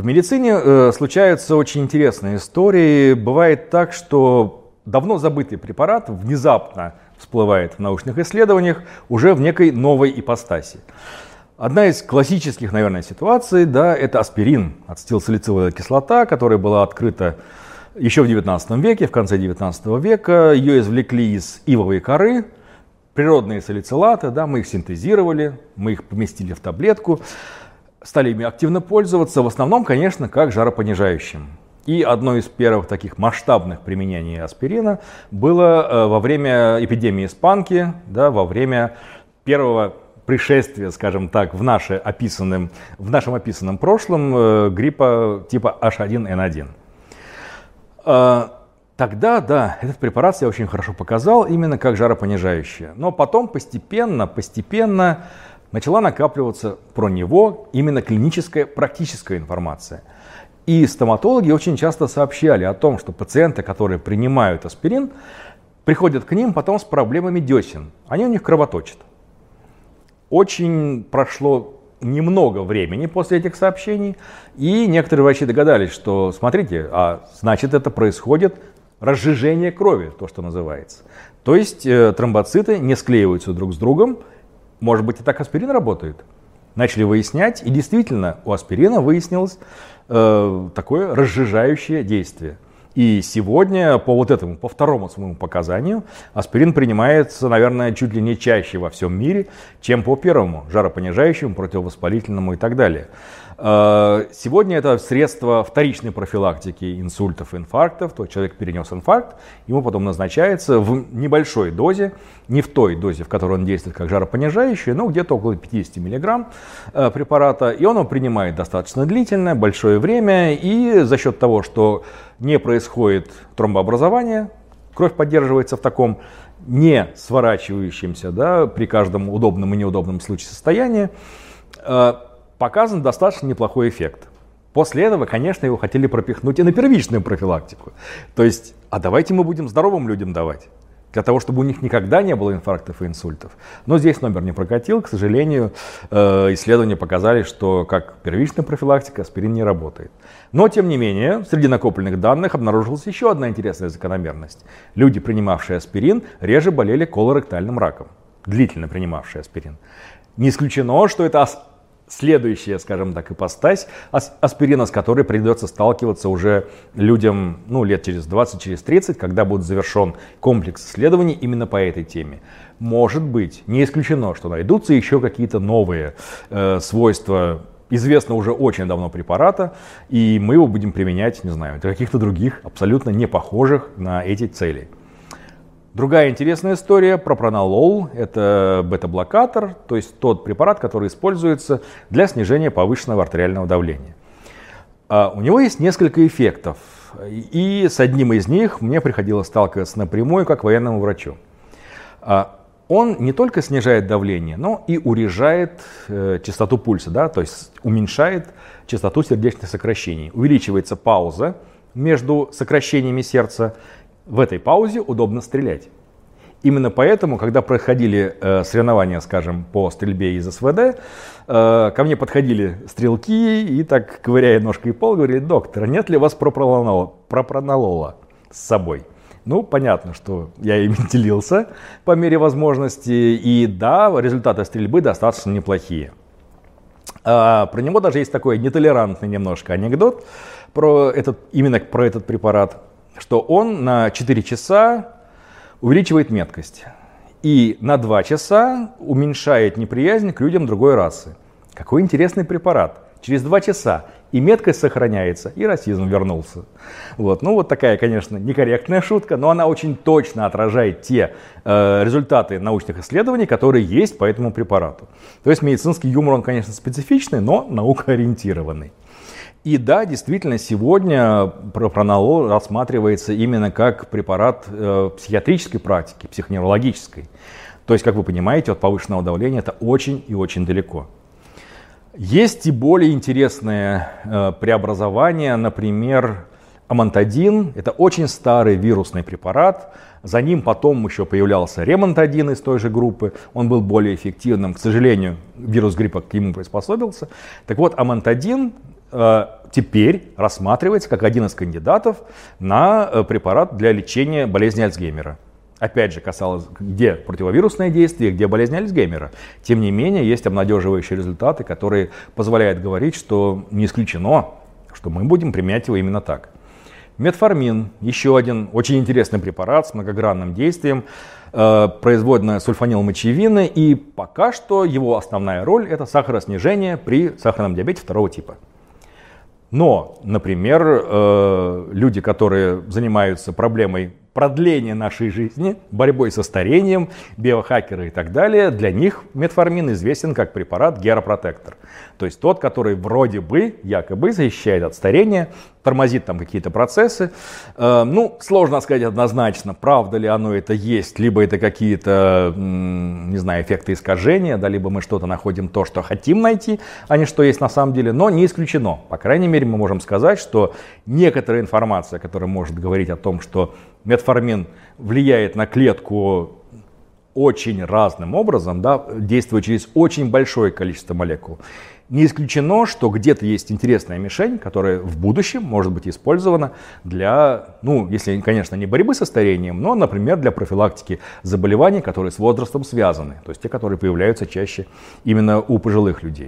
В медицине случаются очень интересные истории. Бывает так, что давно забытый препарат внезапно всплывает в научных исследованиях уже в некой новой ипостаси. Одна из классических, наверное, ситуаций, да, это аспирин, ацетилсалициловая кислота, которая была открыта еще в 19 веке, в конце 19 века. Ее извлекли из ивовой коры, природные салицилаты, да, мы их синтезировали, мы их поместили в таблетку, стали ими активно пользоваться, в основном, конечно, как жаропонижающим. И одно из первых таких масштабных применений аспирина было во время эпидемии испанки, да, во время первого пришествия, скажем так, в нашем описанном прошлом гриппа типа H1N1. Тогда, да, этот препарат себя очень хорошо показал именно как жаропонижающее. Но потом постепенно начала накапливаться про него именно клиническая, практическая информация. И стоматологи очень часто сообщали о том, что пациенты, которые принимают аспирин, приходят к ним потом с проблемами десен. Они у них кровоточат. Очень прошло немного времени после этих сообщений, и некоторые врачи догадались, что, смотрите, значит, это происходит разжижение крови, то, что называется. То есть тромбоциты не склеиваются друг с другом. Может быть, и так аспирин работает? Начали выяснять, и действительно у аспирина выяснилось такое разжижающее действие. И сегодня по второму своему показанию, аспирин принимается, наверное, чуть ли не чаще во всем мире, чем по первому, жаропонижающему, противовоспалительному и так далее. Сегодня это средство вторичной профилактики инсультов и инфарктов. То есть человек перенес инфаркт, ему потом назначается в небольшой дозе, не в той дозе, в которой он действует как жаропонижающий, но где-то около 50 мг препарата. И он его принимает достаточно длительное, большое время. И за счет того, что не происходит тромбообразование, кровь поддерживается в таком не сворачивающемся, да, при каждом удобном и неудобном случае состоянии, показан достаточно неплохой эффект. После этого, конечно, его хотели пропихнуть и на первичную профилактику. То есть, давайте мы будем здоровым людям давать, для того, чтобы у них никогда не было инфарктов и инсультов. Но здесь номер не прокатил, к сожалению, исследования показали, что как первичная профилактика аспирин не работает. Но, тем не менее, среди накопленных данных обнаружилась еще одна интересная закономерность. Люди, принимавшие аспирин, реже болели колоректальным раком, длительно принимавшие аспирин. Не исключено, что это следующая, скажем так, ипостась аспирина, с которой придется сталкиваться уже людям лет через 20, через 30, когда будет завершен комплекс исследований именно по этой теме. Может быть, не исключено, что найдутся еще какие-то новые свойства известного уже очень давно препарата, и мы его будем применять, не знаю, для каких-то других, абсолютно не похожих на эти цели. Другая интересная история про пронолол. Это бета-блокатор, то есть тот препарат, который используется для снижения повышенного артериального давления. У него есть несколько эффектов, и с одним из них мне приходилось сталкиваться напрямую как военному врачу. Он не только снижает давление, но и урежает частоту пульса, да, то есть уменьшает частоту сердечных сокращений. Увеличивается пауза между сокращениями сердца. В этой паузе удобно стрелять. Именно поэтому, когда проходили соревнования, скажем, по стрельбе из СВД, ко мне подходили стрелки и, так ковыряя ножкой пол, говорили: доктор, нет ли у вас пропронолола с собой? Ну, понятно, что я ими делился по мере возможности, и да, результаты стрельбы достаточно неплохие. Про него даже есть такой нетолерантный немножко анекдот именно про этот препарат, что он на 4 часа увеличивает меткость и на 2 часа уменьшает неприязнь к людям другой расы. Какой интересный препарат. Через 2 часа и меткость сохраняется, и расизм вернулся. Вот такая, конечно, некорректная шутка, но она очень точно отражает те результаты научных исследований, которые есть по этому препарату. То есть медицинский юмор, он, конечно, специфичный, но наукоориентированный. И да, действительно, сегодня пронолол рассматривается именно как препарат психиатрической практики, психоневрологической. То есть, как вы понимаете, от повышенного давления это очень и очень далеко. Есть и более интересные преобразования, например, амантадин. Это очень старый вирусный препарат. За ним потом еще появлялся ремонтадин из той же группы. Он был более эффективным. К сожалению, вирус гриппа к нему приспособился. Так вот, амантадин теперь рассматривается как один из кандидатов на препарат для лечения болезни Альцгеймера. Опять же, касалось, где противовирусное действие, где болезнь Альцгеймера. Тем не менее, есть обнадеживающие результаты, которые позволяют говорить, что не исключено, что мы будем применять его именно так. Метформин, еще один очень интересный препарат с многогранным действием, производная сульфанилмочевины, и пока что его основная роль — это сахароснижение при сахарном диабете второго типа. Но, например, люди, которые занимаются проблемой продления нашей жизни, борьбой со старением, биохакеры и так далее, для них метформин известен как препарат геропротектор. То есть тот, который вроде бы, якобы защищает от старения, тормозит там какие-то процессы. Сложно сказать однозначно, правда ли оно это есть, либо это какие-то, не знаю, эффекты искажения, да, либо мы что-то находим то, что хотим найти, а не что есть на самом деле, но не исключено. По крайней мере, мы можем сказать, что некоторая информация, которая может говорить о том, что метформин влияет на клетку очень разным образом, да, действуя через очень большое количество молекул. Не исключено, что где-то есть интересная мишень, которая в будущем может быть использована для, если, конечно, не борьбы со старением, но, например, для профилактики заболеваний, которые с возрастом связаны, то есть те, которые появляются чаще именно у пожилых людей.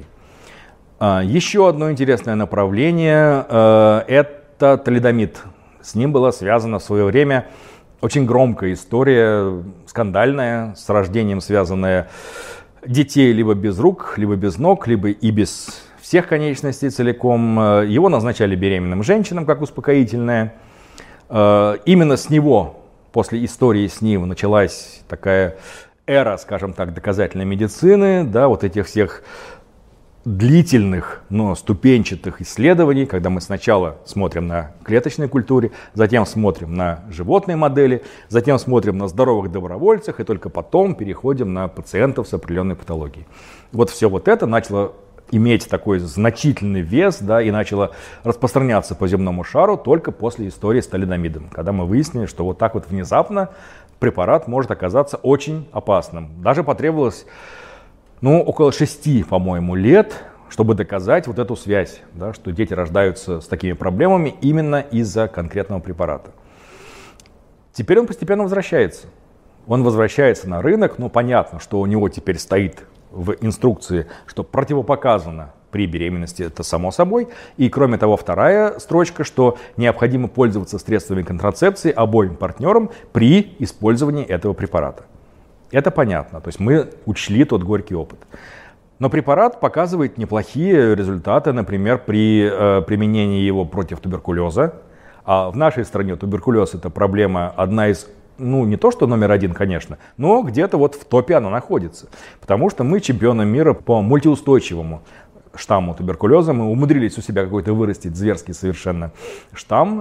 Еще одно интересное направление – это талидомид. С ним была связана в свое время очень громкая история, скандальная, с рождением связанная детей либо без рук, либо без ног, либо и без всех конечностей целиком. Его назначали беременным женщинам как успокоительное. Именно с него, после истории с ним, началась такая эра, скажем так, доказательной медицины, да, вот этих всех длительных, но ступенчатых исследований, когда мы сначала смотрим на клеточной культуре, затем смотрим на животные модели, затем смотрим на здоровых добровольцах и только потом переходим на пациентов с определенной патологией. Вот все вот это начало иметь такой значительный вес, да, и начало распространяться по земному шару только после истории с талидомидом, когда мы выяснили, что вот так вот внезапно препарат может оказаться очень опасным. Даже потребовалось около 6, по-моему, лет, чтобы доказать вот эту связь, да, что дети рождаются с такими проблемами именно из-за конкретного препарата. Теперь он постепенно возвращается. Он возвращается на рынок, понятно, что у него теперь стоит в инструкции, что противопоказано при беременности, это само собой. И кроме того, вторая строчка, что необходимо пользоваться средствами контрацепции обоим партнерам при использовании этого препарата. Это понятно, то есть мы учли тот горький опыт. Но препарат показывает неплохие результаты, например, при применении его против туберкулеза. А в нашей стране туберкулез — это проблема одна из, не то что номер один, конечно, но где-то вот в топе она находится. Потому что мы чемпионы мира по мультиустойчивому штамму туберкулеза. Мы умудрились у себя какой-то вырастить зверский совершенно штамм.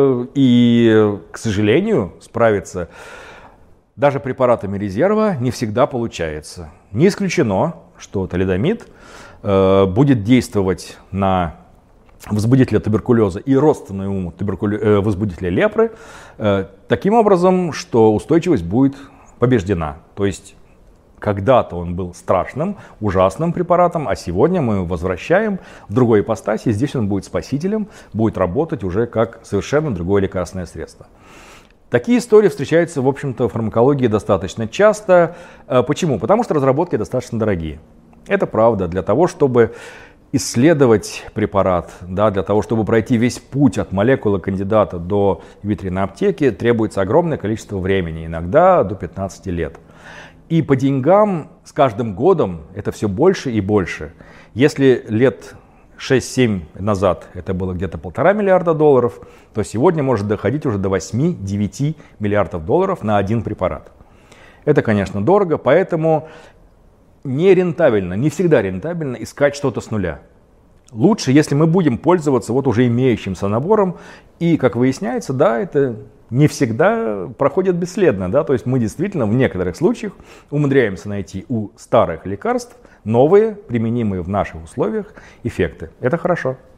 И, к сожалению, справиться даже препаратами резерва не всегда получается. Не исключено, что талидомид будет действовать на возбудителя туберкулеза и родственного ему возбудителя лепры таким образом, что устойчивость будет побеждена. То есть когда-то он был страшным, ужасным препаратом, а сегодня мы его возвращаем в другой ипостаси, и здесь он будет спасителем, будет работать уже как совершенно другое лекарственное средство. Такие истории встречаются, в общем-то, в фармакологии достаточно часто. Почему? Потому что разработки достаточно дорогие. Это правда. Для того, чтобы исследовать препарат, да, для того, чтобы пройти весь путь от молекулы кандидата до витрины аптеки, требуется огромное количество времени, иногда до 15 лет. И по деньгам с каждым годом это все больше и больше. Если лет 6-7 назад это было где-то $1,5 миллиарда, то сегодня может доходить уже до 8-9 миллиардов долларов на один препарат. Это, конечно, дорого, поэтому не рентабельно, не всегда рентабельно искать что-то с нуля. Лучше, если мы будем пользоваться вот уже имеющимся набором, и, как выясняется, да, это не всегда проходит бесследно, да, то есть мы действительно в некоторых случаях умудряемся найти у старых лекарств новые, применимые в наших условиях, эффекты. Это хорошо.